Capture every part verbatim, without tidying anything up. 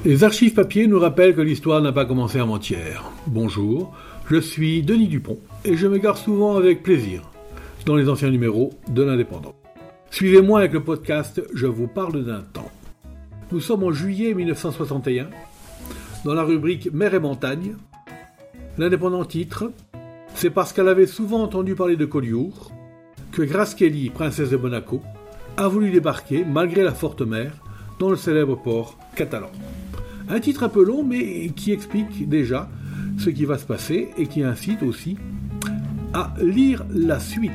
Les archives papier nous rappellent que l'histoire n'a pas commencé avant-hier. Bonjour, je suis Denis Dupont et je me gare souvent avec plaisir dans les anciens numéros de l'Indépendant. Suivez-moi avec le podcast « Je vous parle d'un temps ». Nous sommes en juillet mille neuf cent soixante et un, dans la rubrique « Mer et montagne ». L'Indépendant titre « C'est parce qu'elle avait souvent entendu parler de Collioure que Grace Kelly, princesse de Monaco, a voulu débarquer, malgré la forte mer, dans le célèbre port catalan. » Un titre un peu long, mais qui explique déjà ce qui va se passer et qui incite aussi à lire la suite.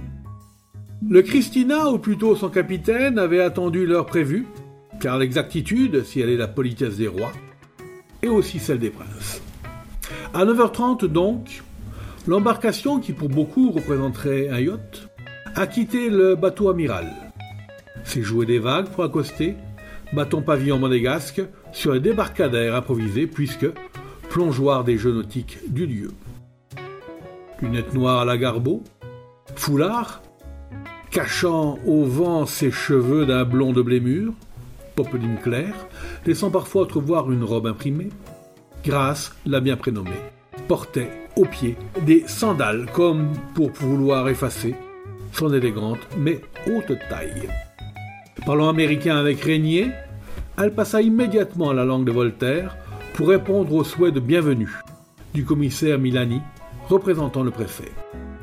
Le Christina, ou plutôt son capitaine, avait attendu l'heure prévue, car l'exactitude, si elle est la politesse des rois, est aussi celle des princes. À neuf heures trente donc, l'embarcation, qui pour beaucoup représenterait un yacht, a quitté le bateau amiral. C'est jouer des vagues pour accoster, bâton pavillon monégasque, sur le débarcadère improvisé, puisque plongeoir des jeux nautiques du lieu. Lunettes noires à la Garbeau, foulard, cachant au vent ses cheveux d'un blond de blé mûr, popeline claire, laissant parfois entrevoir une robe imprimée, Grace l'a bien prénommée, portait aux pieds des sandales, comme pour vouloir effacer son élégante mais haute taille. Parlant américain avec Régnier, elle passa immédiatement à la langue de Voltaire pour répondre au souhait de bienvenue du commissaire Milani, représentant le préfet.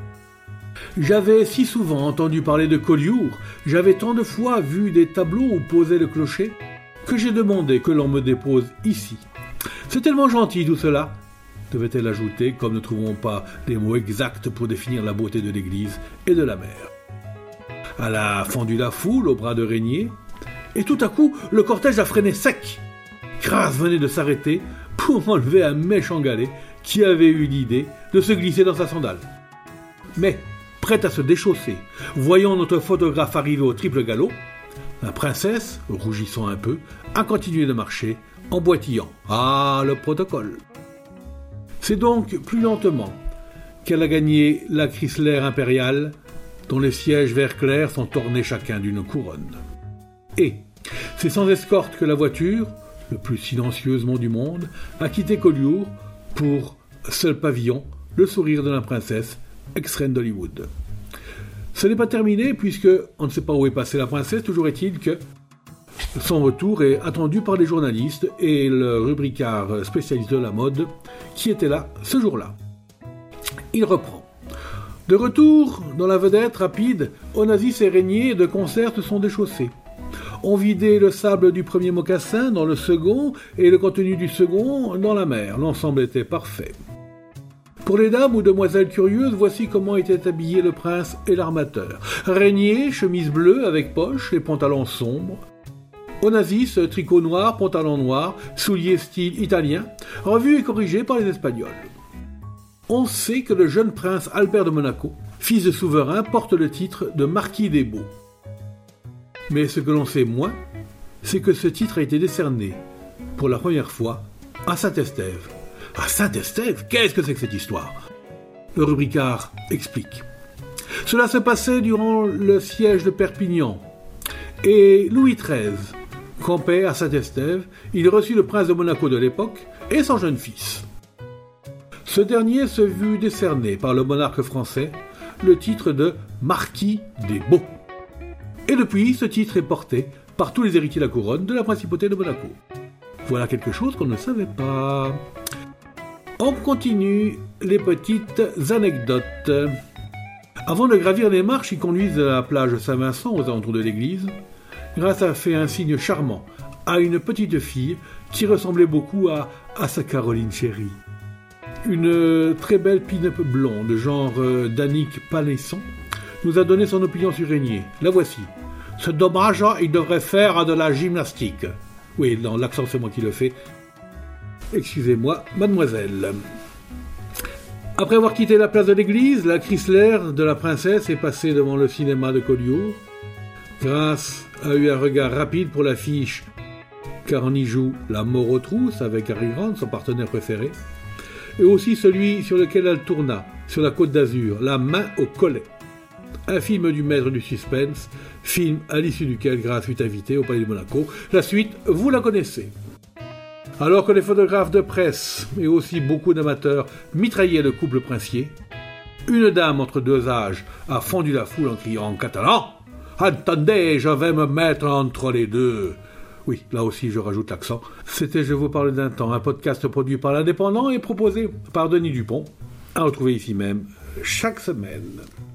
J'avais si souvent entendu parler de Collioure, j'avais tant de fois vu des tableaux où posait le clocher, que j'ai demandé que l'on me dépose ici. C'est tellement gentil tout cela, devait-elle ajouter, comme ne trouvons pas des mots exacts pour définir la beauté de l'église et de la mer. Elle a fendu la foule au bras de Régnier, et tout à coup, le cortège a freiné sec. Grace venait de s'arrêter pour enlever un méchant galet qui avait eu l'idée de se glisser dans sa sandale. Mais, prête à se déchausser, voyant notre photographe arriver au triple galop, la princesse, rougissant un peu, a continué de marcher en boitillant. Ah, le protocole. C'est donc plus lentement qu'elle a gagné la Chrysler impériale, dont les sièges vert clair sont ornés chacun d'une couronne. Et c'est sans escorte que la voiture, le plus silencieusement du monde, a quitté Collioure pour seul pavillon, le sourire de la princesse, ex-reine d'Hollywood. Ce n'est pas terminé puisque on ne sait pas où est passée la princesse, toujours est-il que son retour est attendu par les journalistes et le rubricard spécialiste de la mode qui était là ce jour-là. Il reprend. De retour dans la vedette rapide, Onassis et Régnier de concert se sont déchaussés. On vidait le sable du premier mocassin dans le second et le contenu du second dans la mer. L'ensemble était parfait. Pour les dames ou demoiselles curieuses, voici comment étaient habillés le prince et l'armateur. Régnier, chemise bleue avec poche et pantalon sombre. Onassis, tricot noir, pantalon noir, souliers style italien, revu et corrigé par les Espagnols. On sait que le jeune prince Albert de Monaco, fils de souverain, porte le titre de marquis des Beaux. Mais ce que l'on sait moins, c'est que ce titre a été décerné, pour la première fois, à Saint-Estève. À Saint-Estève ? Qu'est-ce que c'est que cette histoire ? Le rubricard explique. Cela se passait durant le siège de Perpignan, et Louis treize campait à Saint-Estève. Il reçut le prince de Monaco de l'époque et son jeune fils. Ce dernier se vit décerner par le monarque français le titre de marquis des Beaux. Et depuis, ce titre est porté par tous les héritiers de la couronne de la principauté de Monaco. Voilà quelque chose qu'on ne savait pas. On continue les petites anecdotes. Avant de gravir les marches qui conduisent de la plage Saint-Vincent aux alentours de l'église, Grace a fait un signe charmant à une petite fille qui ressemblait beaucoup à, à sa Caroline chérie. Une très belle pin-up blonde, genre euh, d'Annick Palesson, nous a donné son opinion sur Régnier. La voici. C'est dommage, il devrait faire de la gymnastique. Oui, dans l'accent, c'est moi qui le fais. Excusez-moi, mademoiselle. Après avoir quitté la place de l'église, la Chrysler de la princesse est passée devant le cinéma de Collioure. Grace a eu un regard rapide pour l'affiche, car on y joue La mort aux trousses avec Harry Grant, son partenaire préféré, et aussi celui sur lequel elle tourna, sur la Côte d'Azur, La main au collet. Un film du maître du suspense, film à l'issue duquel Grace fut invitée au Palais de Monaco. La suite, vous la connaissez. Alors que les photographes de presse, et aussi beaucoup d'amateurs, mitraillaient le couple princier, une dame entre deux âges a fendu la foule en criant en catalan « Attendez, je vais me mettre entre les deux !» Oui, là aussi je rajoute l'accent. C'était Je vous parle d'un temps, un podcast produit par l'Indépendant et proposé par Denis Dupont, à retrouver ici même chaque semaine.